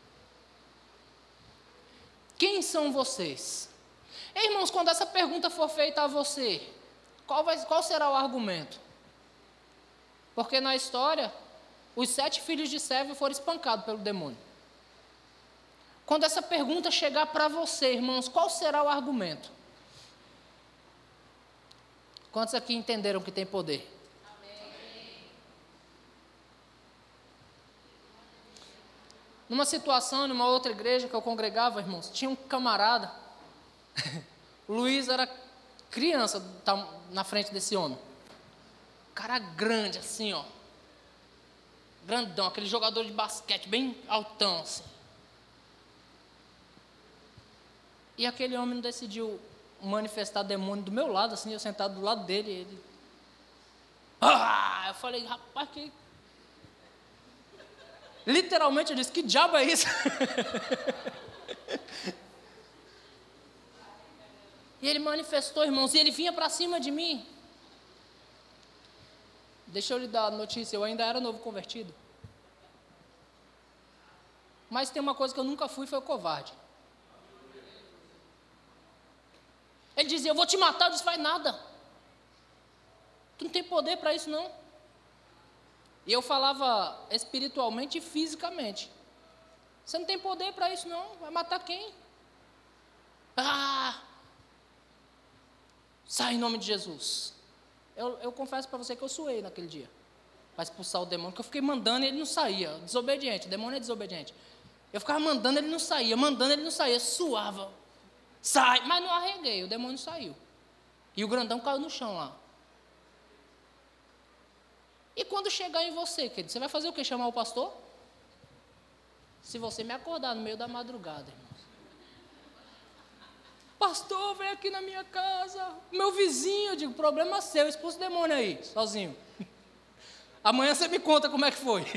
[SPEAKER 1] Quem são vocês? Irmãos, quando essa pergunta for feita a você, qual será o argumento? Porque na história, os 7 filhos de Seva foram espancados pelo demônio. Quando essa pergunta chegar para você, irmãos, qual será o argumento? Quantos aqui entenderam que tem poder? Amém. Numa situação, numa outra igreja que eu congregava, irmãos, tinha um camarada, Luiz era criança, na frente desse homem. Cara grande assim, ó. Grandão, aquele jogador de basquete, bem altão assim. E aquele homem não decidiu manifestar demônio do meu lado, assim, eu sentado do lado dele, ele... eu falei: rapaz, que... Literalmente eu disse: que diabo é isso? E ele manifestou, irmãos, e ele vinha para cima de mim. Deixa eu lhe dar a notícia, eu ainda era novo convertido. Mas tem uma coisa que eu nunca fui, foi o covarde. Ele dizia: eu vou te matar. Eu disse: faz nada. Tu não tem poder para isso, não. E eu falava espiritualmente e fisicamente. Você não tem poder para isso, não. Vai matar quem? Sai em nome de Jesus. Eu confesso para você que eu suei naquele dia, para expulsar o demônio, que eu fiquei mandando e ele não saía. Desobediente, o demônio é desobediente. Eu ficava mandando, ele não saía, suava. Sai, mas não arreguei, o demônio saiu. E o grandão caiu no chão lá. E quando chegar em você, querido, você vai fazer o quê? Chamar o pastor? Se você me acordar no meio da madrugada, irmãos. Pastor, vem aqui na minha casa. O meu vizinho, eu digo: problema seu, expulsa o demônio aí, sozinho. Amanhã você me conta como é que foi.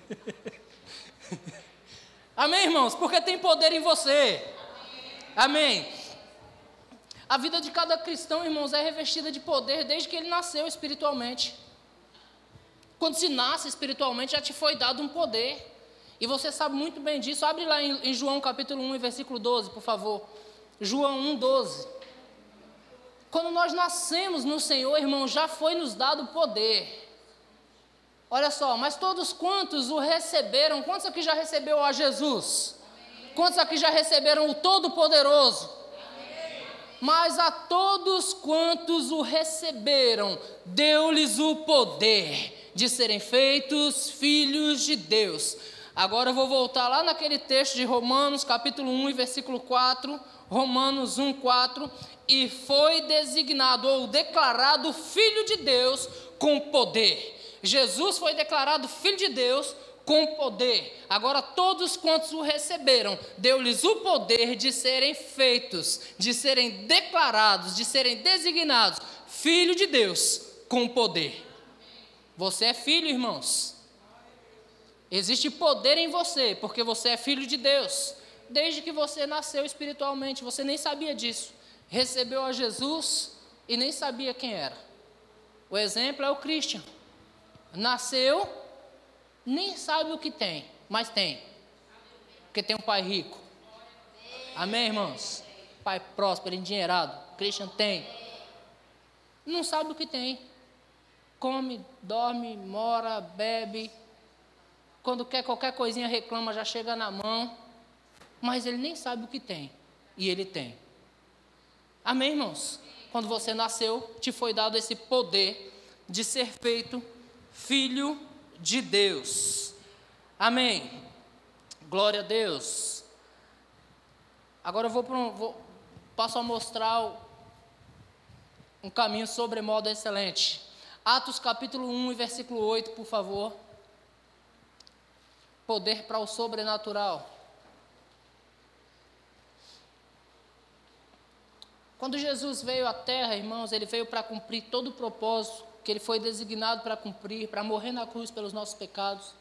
[SPEAKER 1] Amém, irmãos? Porque tem poder em você. Amém. A vida de cada cristão, irmãos, é revestida de poder desde que ele nasceu espiritualmente. Quando se nasce espiritualmente, já te foi dado um poder. E você sabe muito bem disso. Abre lá em João capítulo 1, versículo 12, por favor. João 1, 12. Quando nós nascemos no Senhor, irmão, já foi nos dado poder. Olha só, mas todos quantos o receberam, quantos aqui já recebeu a Jesus? Amém. Quantos aqui já receberam o Todo-Poderoso? Amém. Mas a todos quantos o receberam, deu-lhes o poder de serem feitos filhos de Deus. Agora eu vou voltar lá naquele texto de Romanos, capítulo 1 e versículo 4, Romanos 1, 4, e foi designado ou declarado filho de Deus com poder. Jesus foi declarado filho de Deus com poder. Agora todos quantos o receberam, deu-lhes o poder de serem feitos, de serem declarados, de serem designados filho de Deus com poder. Você é filho, irmãos. Existe poder em você, porque você é filho de Deus. desde que você nasceu espiritualmente, você nem sabia disso. Recebeu a Jesus e nem sabia quem era. O exemplo é o Christian. Nasceu, nem sabe o que tem, mas tem. Porque tem um pai rico. Amém, irmãos? Pai próspero, endinheirado. Christian tem. Não sabe o que tem. Come, dorme, mora, bebe. Quando quer qualquer coisinha reclama, já chega na mão. Mas ele nem sabe o que tem. E ele tem. Amém, irmãos? Quando você nasceu, te foi dado esse poder de ser feito filho de Deus. Amém. Glória a Deus. Agora eu passo a mostrar um caminho sobremodo excelente. Atos capítulo 1 e versículo 8, por favor. Poder para o sobrenatural. Quando Jesus veio à terra, irmãos, ele veio para cumprir todo o propósito que ele foi designado para cumprir, para morrer na cruz pelos nossos pecados.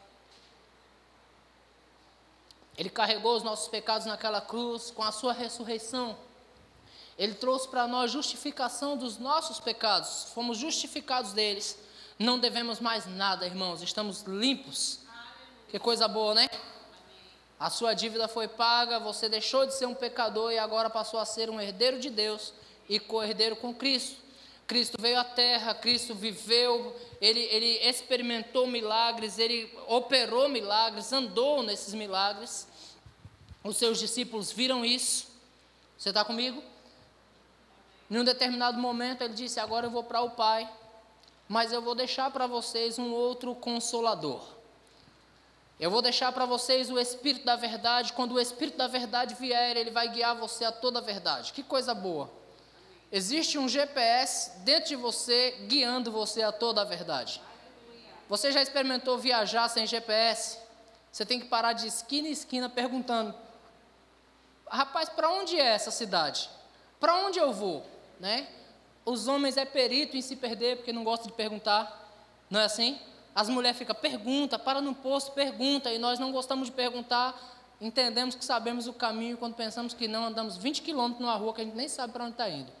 [SPEAKER 1] Ele carregou os nossos pecados naquela cruz, com a sua ressurreição. Ele trouxe para nós justificação dos nossos pecados, fomos justificados deles. Não devemos mais nada, irmãos, estamos limpos. Que coisa boa, né? A sua dívida foi paga, você deixou de ser um pecador e agora passou a ser um herdeiro de Deus e co-herdeiro com Cristo. Cristo veio à terra, Cristo viveu, ele experimentou milagres, ele operou milagres, andou nesses milagres. Os seus discípulos viram isso. Você está comigo? Em um determinado momento ele disse: agora eu vou para o Pai, mas eu vou deixar para vocês um outro consolador. Eu vou deixar para vocês o Espírito da verdade. Quando o Espírito da verdade vier, ele vai guiar você a toda a verdade. Que coisa boa. Existe um GPS dentro de você, guiando você a toda a verdade. Você já experimentou viajar sem GPS? Você tem que parar de esquina em esquina perguntando: rapaz, para onde é essa cidade? Para onde eu vou? Né? Os homens é perito em se perder, porque não gostam de perguntar. Não é assim? As mulheres ficam: pergunta, para no posto, pergunta. E nós não gostamos de perguntar. Entendemos que sabemos o caminho. Quando pensamos que não, andamos 20 quilômetros numa rua que a gente nem sabe para onde está indo.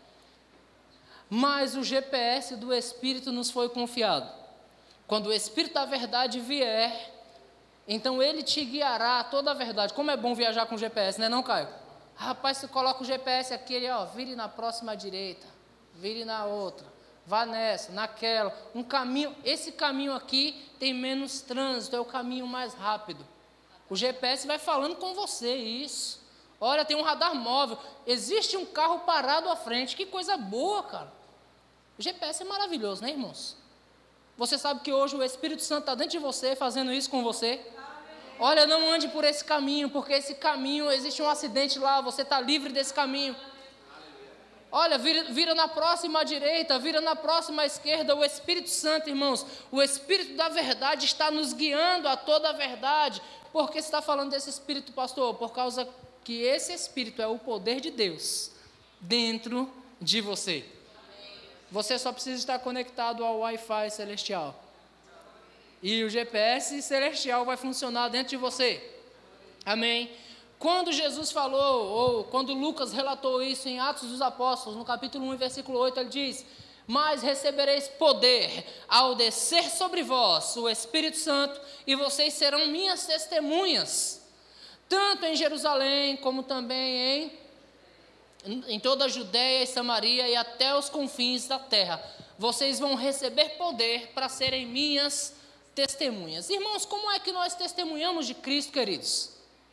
[SPEAKER 1] Mas o GPS do Espírito nos foi confiado. Quando o Espírito da verdade vier, então ele te guiará a toda a verdade. Como é bom viajar com GPS, não é não, Caio? Rapaz, você coloca o GPS aqui, ele, vire na próxima direita, vire na outra, vá nessa, naquela. Um caminho, esse caminho aqui tem menos trânsito, é o caminho mais rápido. O GPS vai falando com você isso. Olha, tem um radar móvel, existe um carro parado à frente, que coisa boa, cara. O GPS é maravilhoso, né, irmãos? Você sabe que hoje o Espírito Santo está dentro de você, fazendo isso com você? Olha, não ande por esse caminho, porque esse caminho, existe um acidente lá, você está livre desse caminho. Olha, vira na próxima direita, vira na próxima esquerda. O Espírito Santo, irmãos, o Espírito da verdade está nos guiando a toda a verdade. Por que você está falando desse Espírito, pastor? Por causa que esse Espírito é o poder de Deus dentro de você. Você só precisa estar conectado ao Wi-Fi celestial. E o GPS celestial vai funcionar dentro de você. Amém? Quando Jesus falou, ou quando Lucas relatou isso em Atos dos Apóstolos, no capítulo 1, versículo 8, ele diz: mas recebereis poder ao descer sobre vós o Espírito Santo, e vocês serão minhas testemunhas, tanto em Jerusalém, como também em toda a Judéia e Samaria e até os confins da terra. Vocês vão receber poder para serem minhas testemunhas. Irmãos, como é que nós testemunhamos de Cristo, queridos?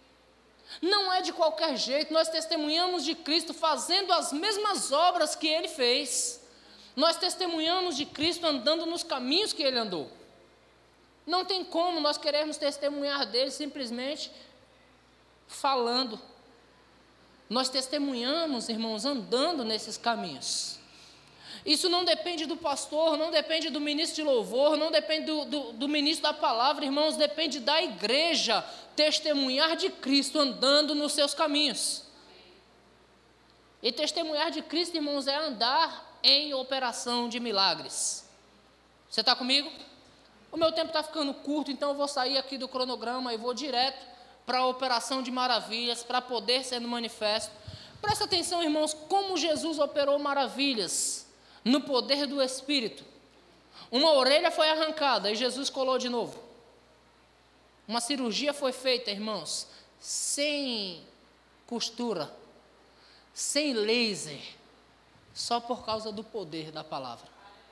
[SPEAKER 1] Não é de qualquer jeito. Nós testemunhamos de Cristo fazendo as mesmas obras que Ele fez. Nós testemunhamos de Cristo andando nos caminhos que Ele andou. Não tem como nós queremos testemunhar dele simplesmente falando. Nós testemunhamos, irmãos, andando nesses caminhos. Isso não depende do pastor, não depende do ministro de louvor, não depende do ministro da palavra, irmãos, depende da igreja testemunhar de Cristo andando nos seus caminhos. E testemunhar de Cristo, irmãos, é andar em operação de milagres. Você está comigo? O meu tempo está ficando curto, então eu vou sair aqui do cronograma e vou direto para a operação de maravilhas, para poder ser manifesto. Presta atenção, irmãos, como Jesus operou maravilhas no poder do Espírito. Uma orelha foi arrancada e Jesus colou de novo. Uma cirurgia foi feita, irmãos, sem costura, sem laser, só por causa do poder da palavra.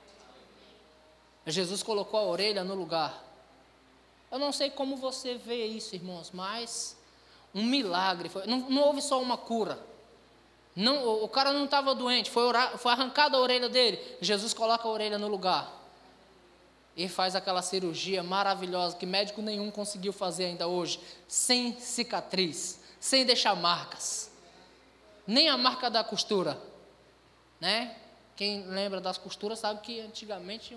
[SPEAKER 1] Jesus colocou a orelha no lugar. Eu não sei como você vê isso, irmãos, mas um milagre. Não houve só uma cura. Não, o cara não estava doente, foi arrancada a orelha dele. Jesus coloca a orelha no lugar e faz aquela cirurgia maravilhosa que médico nenhum conseguiu fazer ainda hoje, sem cicatriz, sem deixar marcas, nem a marca da costura, né? Quem lembra das costuras sabe que antigamente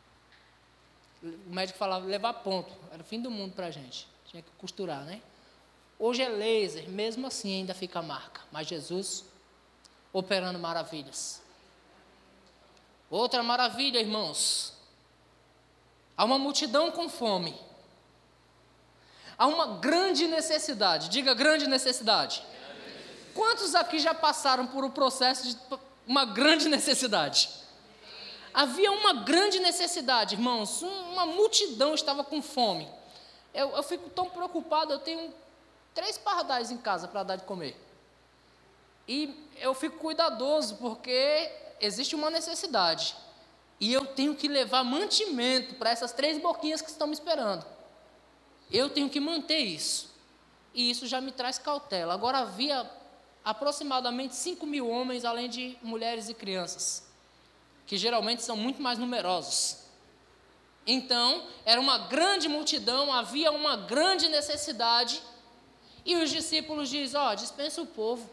[SPEAKER 1] o médico falava levar ponto, era o fim do mundo para a gente, tinha que costurar, né? Hoje é laser, mesmo assim ainda fica a marca, mas Jesus operando maravilhas. Outra maravilha, irmãos, há uma multidão com fome, há uma grande necessidade, diga grande necessidade. Quantos aqui já passaram por um processo de uma grande necessidade? Havia uma grande necessidade, irmãos, uma multidão estava com fome. Eu fico tão preocupado, eu tenho 3 pardais em casa para dar de comer. E eu fico cuidadoso, porque existe uma necessidade. E eu tenho que levar mantimento para essas 3 boquinhas que estão me esperando. Eu tenho que manter isso. E isso já me traz cautela. Agora havia aproximadamente 5.000 homens, além de mulheres e crianças, que geralmente são muito mais numerosos. Então, era uma grande multidão, havia uma grande necessidade, e os discípulos dizem, dispensa o povo.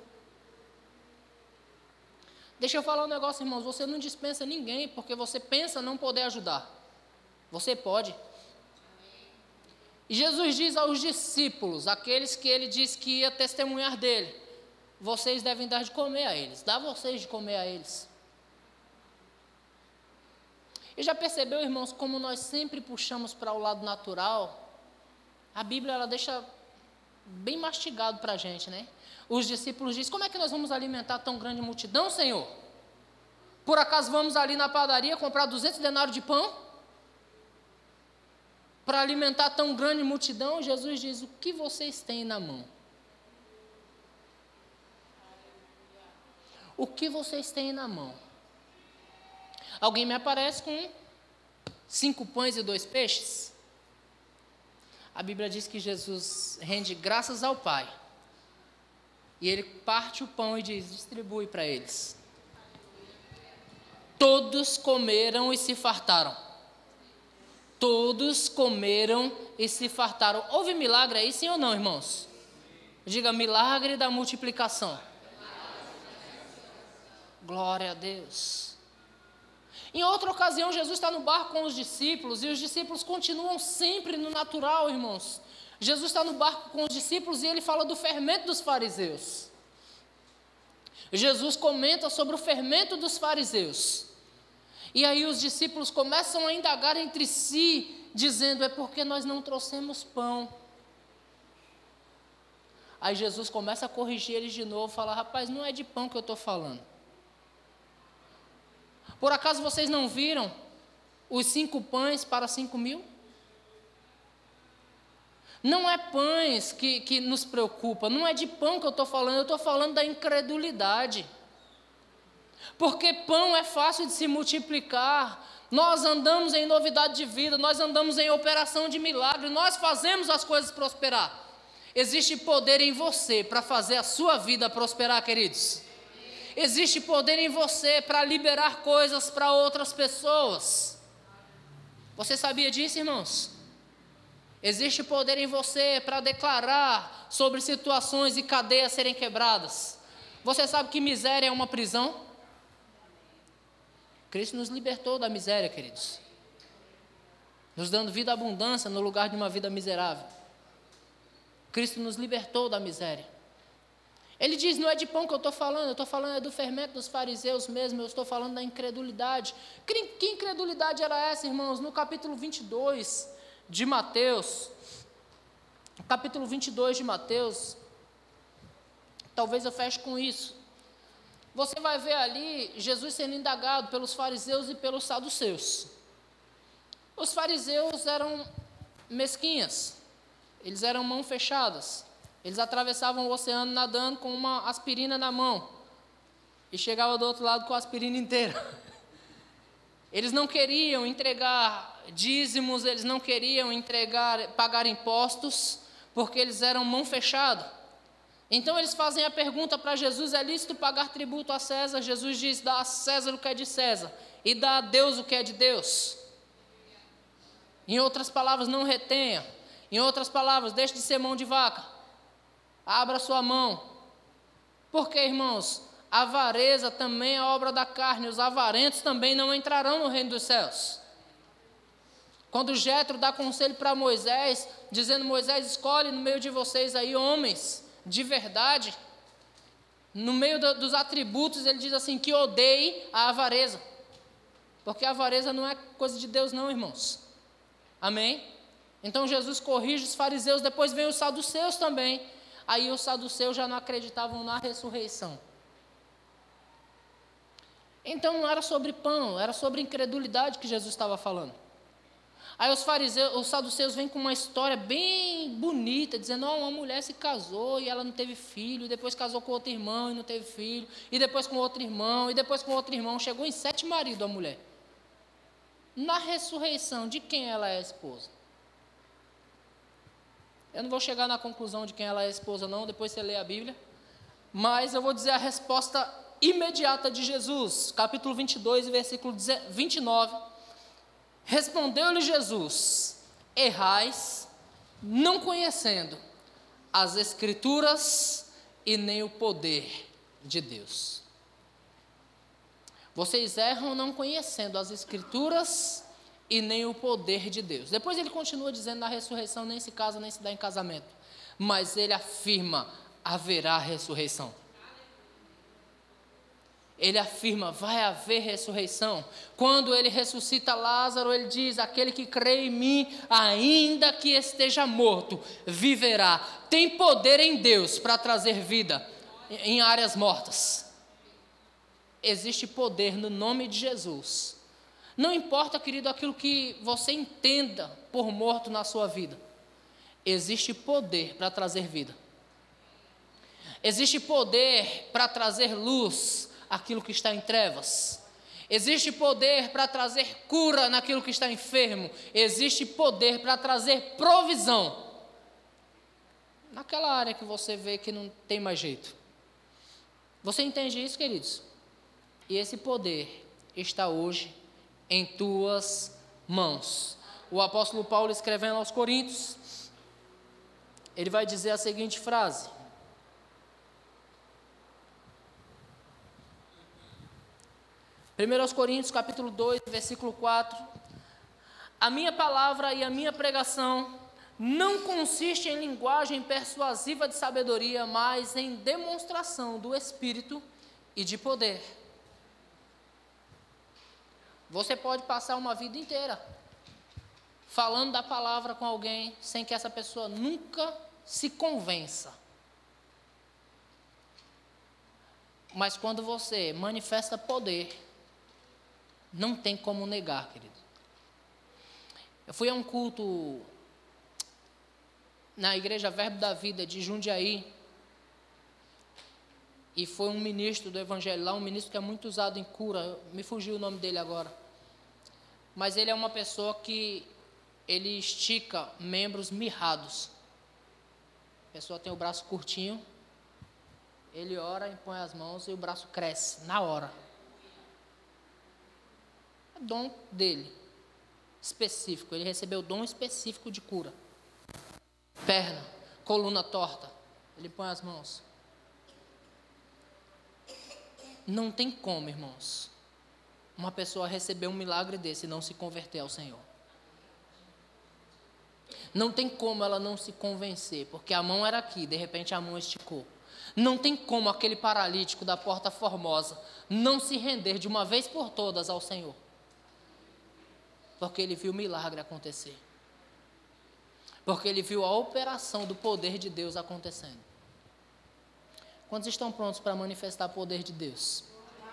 [SPEAKER 1] Deixa eu falar um negócio, irmãos, você não dispensa ninguém, porque você pensa não poder ajudar. Você pode. E Jesus diz aos discípulos, aqueles que ele disse que ia testemunhar dele, vocês devem dar de comer a eles, dá vocês de comer a eles. E já percebeu, irmãos, como nós sempre puxamos para o lado natural? A Bíblia, ela deixa bem mastigado para a gente, né? Os discípulos dizem, como é que nós vamos alimentar tão grande multidão, Senhor? Por acaso vamos ali na padaria comprar 200 denários de pão? Para alimentar tão grande multidão? Jesus diz, o que vocês têm na mão? O que vocês têm na mão? Alguém me aparece com 5 pães e 2 peixes? A Bíblia diz que Jesus rende graças ao Pai. E ele parte o pão e diz, distribui para eles. Todos comeram e se fartaram. Todos comeram e se fartaram. Houve milagre aí, sim ou não, irmãos? Diga, milagre da multiplicação. Glória a Deus. Em outra ocasião, Jesus está no barco com os discípulos, e os discípulos continuam sempre no natural, irmãos. Jesus está no barco com os discípulos e ele fala do fermento dos fariseus. Jesus comenta sobre o fermento dos fariseus. E aí os discípulos começam a indagar entre si, dizendo, é porque nós não trouxemos pão. Aí Jesus começa a corrigir eles de novo, fala, rapaz, não é de pão que eu estou falando. Por acaso vocês não viram os 5 pães para 5.000? Não é pães que nos preocupa, não é de pão que eu estou falando, eu estou falando da incredulidade. Porque pão é fácil de se multiplicar, nós andamos em novidade de vida, nós andamos em operação de milagre, nós fazemos as coisas prosperar. Existe poder em você para fazer a sua vida prosperar, queridos. Existe poder em você para liberar coisas para outras pessoas. Você sabia disso, irmãos? Existe poder em você para declarar sobre situações e cadeias serem quebradas. Você sabe que miséria é uma prisão? Cristo nos libertou da miséria, queridos. Nos dando vida e abundância no lugar de uma vida miserável. Cristo nos libertou da miséria. Ele diz, não é de pão que eu estou falando é do fermento dos fariseus mesmo, eu estou falando da incredulidade. Que incredulidade era essa, irmãos? No capítulo 22 de Mateus, capítulo 22 de Mateus, talvez eu feche com isso. Você vai ver ali Jesus sendo indagado pelos fariseus e pelos saduceus. Os fariseus eram mesquinhas, eles eram mãos fechadas, eles atravessavam o oceano nadando com uma aspirina na mão e chegavam do outro lado com a aspirina inteira. Eles não queriam entregar dízimos, eles não queriam pagar impostos, porque eles eram mão fechada. Então eles fazem a pergunta para Jesus: é lícito pagar tributo a César? Jesus diz: dá a César o que é de César e dá a Deus o que é de Deus. Em outras palavras, não retenha. Em outras palavras, deixe de ser mão de vaca. Abra sua mão. Porque, irmãos, a avareza também é obra da carne. Os avarentos também não entrarão no reino dos céus. Quando Jetro dá conselho para Moisés, dizendo: Moisés, escolhe no meio de vocês aí homens de verdade. No meio dos atributos, ele diz assim: que odeie a avareza. Porque a avareza não é coisa de Deus não, irmãos. Amém? Então Jesus corrige os fariseus, depois vem os saduceus também. Aí os saduceus já não acreditavam na ressurreição. Então não era sobre pão, era sobre incredulidade que Jesus estava falando. Aí os saduceus vêm com uma história bem bonita, dizendo: oh, uma mulher se casou e ela não teve filho, e depois casou com outro irmão e não teve filho, e depois com outro irmão, e depois com outro irmão, chegou em 7 maridos a mulher. Na ressurreição, de quem ela é esposa? Eu não vou chegar na conclusão de quem ela é esposa não, depois você lê a Bíblia, mas eu vou dizer a resposta imediata de Jesus, capítulo 22, versículo 29. Respondeu-lhe Jesus: errais, não conhecendo as Escrituras e nem o poder de Deus. Vocês erram não conhecendo as Escrituras e nem o poder de Deus. Depois ele continua dizendo: na ressurreição nem se casa, nem se dá em casamento. Mas ele afirma: haverá ressurreição. Ele afirma: vai haver ressurreição. Quando ele ressuscita Lázaro, ele diz: aquele que crê em mim, ainda que esteja morto, viverá. Tem poder em Deus para trazer vida em áreas mortas. Existe poder no nome de Jesus. Não importa, querido, aquilo que você entenda por morto na sua vida. Existe poder para trazer vida. Existe poder para trazer luz àquilo que está em trevas. Existe poder para trazer cura naquilo que está enfermo. Existe poder para trazer provisão naquela área que você vê que não tem mais jeito. Você entende isso, queridos? E esse poder está hoje em tuas mãos. O apóstolo Paulo, escrevendo aos Coríntios, ele vai dizer a seguinte frase: 1 Coríntios capítulo 2, versículo 4: a minha palavra e a minha pregação não consiste em linguagem persuasiva de sabedoria, mas em demonstração do Espírito e de poder. Você pode passar uma vida inteira falando da palavra com alguém sem que essa pessoa nunca se convença. Mas quando você manifesta poder, não tem como negar, querido. Eu fui a um culto na Igreja Verbo da Vida de Jundiaí, e foi um ministro do Evangelho lá, um ministro que é muito usado em cura, me fugiu o nome dele agora. Mas ele é uma pessoa que ele estica membros mirrados. A pessoa tem o braço curtinho, ele ora, impõe as mãos e o braço cresce na hora. É dom dele, específico. Ele recebeu dom específico de cura. Perna, coluna torta, ele põe as mãos. Não tem como, irmãos, uma pessoa receber um milagre desse e não se converter ao Senhor. Não tem como ela não se convencer, porque a mão era aqui, de repente a mão esticou. Não tem como aquele paralítico da Porta Formosa não se render de uma vez por todas ao Senhor, porque ele viu o milagre acontecer. Porque ele viu a operação do poder de Deus acontecendo. Quantos estão prontos para manifestar o poder de Deus?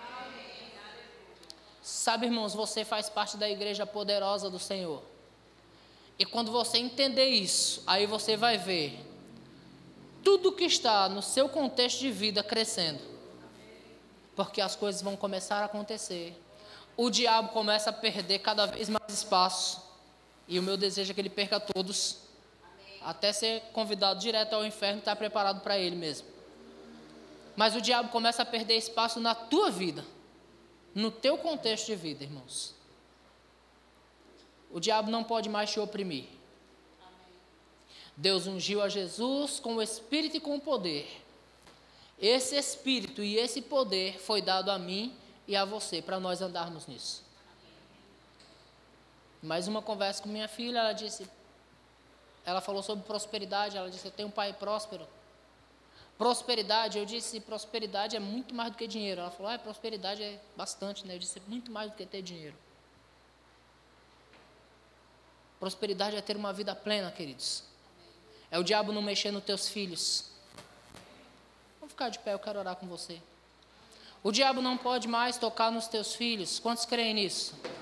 [SPEAKER 1] Sabe, irmãos, você faz parte da igreja poderosa do Senhor. E quando você entender isso, aí você vai ver tudo que está no seu contexto de vida crescendo. Porque as coisas vão começar a acontecer. O diabo começa a perder cada vez mais espaço. E o meu desejo é que ele perca todos. Até ser convidado direto ao inferno e estar preparado para ele mesmo. Mas o diabo começa a perder espaço na tua vida. No teu contexto de vida, irmãos. O diabo não pode mais te oprimir. Deus ungiu a Jesus com o Espírito e com o poder. Esse Espírito e esse poder foi dado a mim e a você, para nós andarmos nisso. Mais uma conversa com minha filha, ela falou sobre prosperidade, ela disse, eu tenho um pai próspero. Prosperidade, eu disse, prosperidade é muito mais do que dinheiro. Ela falou, prosperidade é bastante, né? Eu disse, muito mais do que ter dinheiro. Prosperidade é ter uma vida plena, queridos. É o diabo não mexer nos teus filhos. Vamos ficar de pé, eu quero orar com você. O diabo não pode mais tocar nos teus filhos. Quantos creem nisso?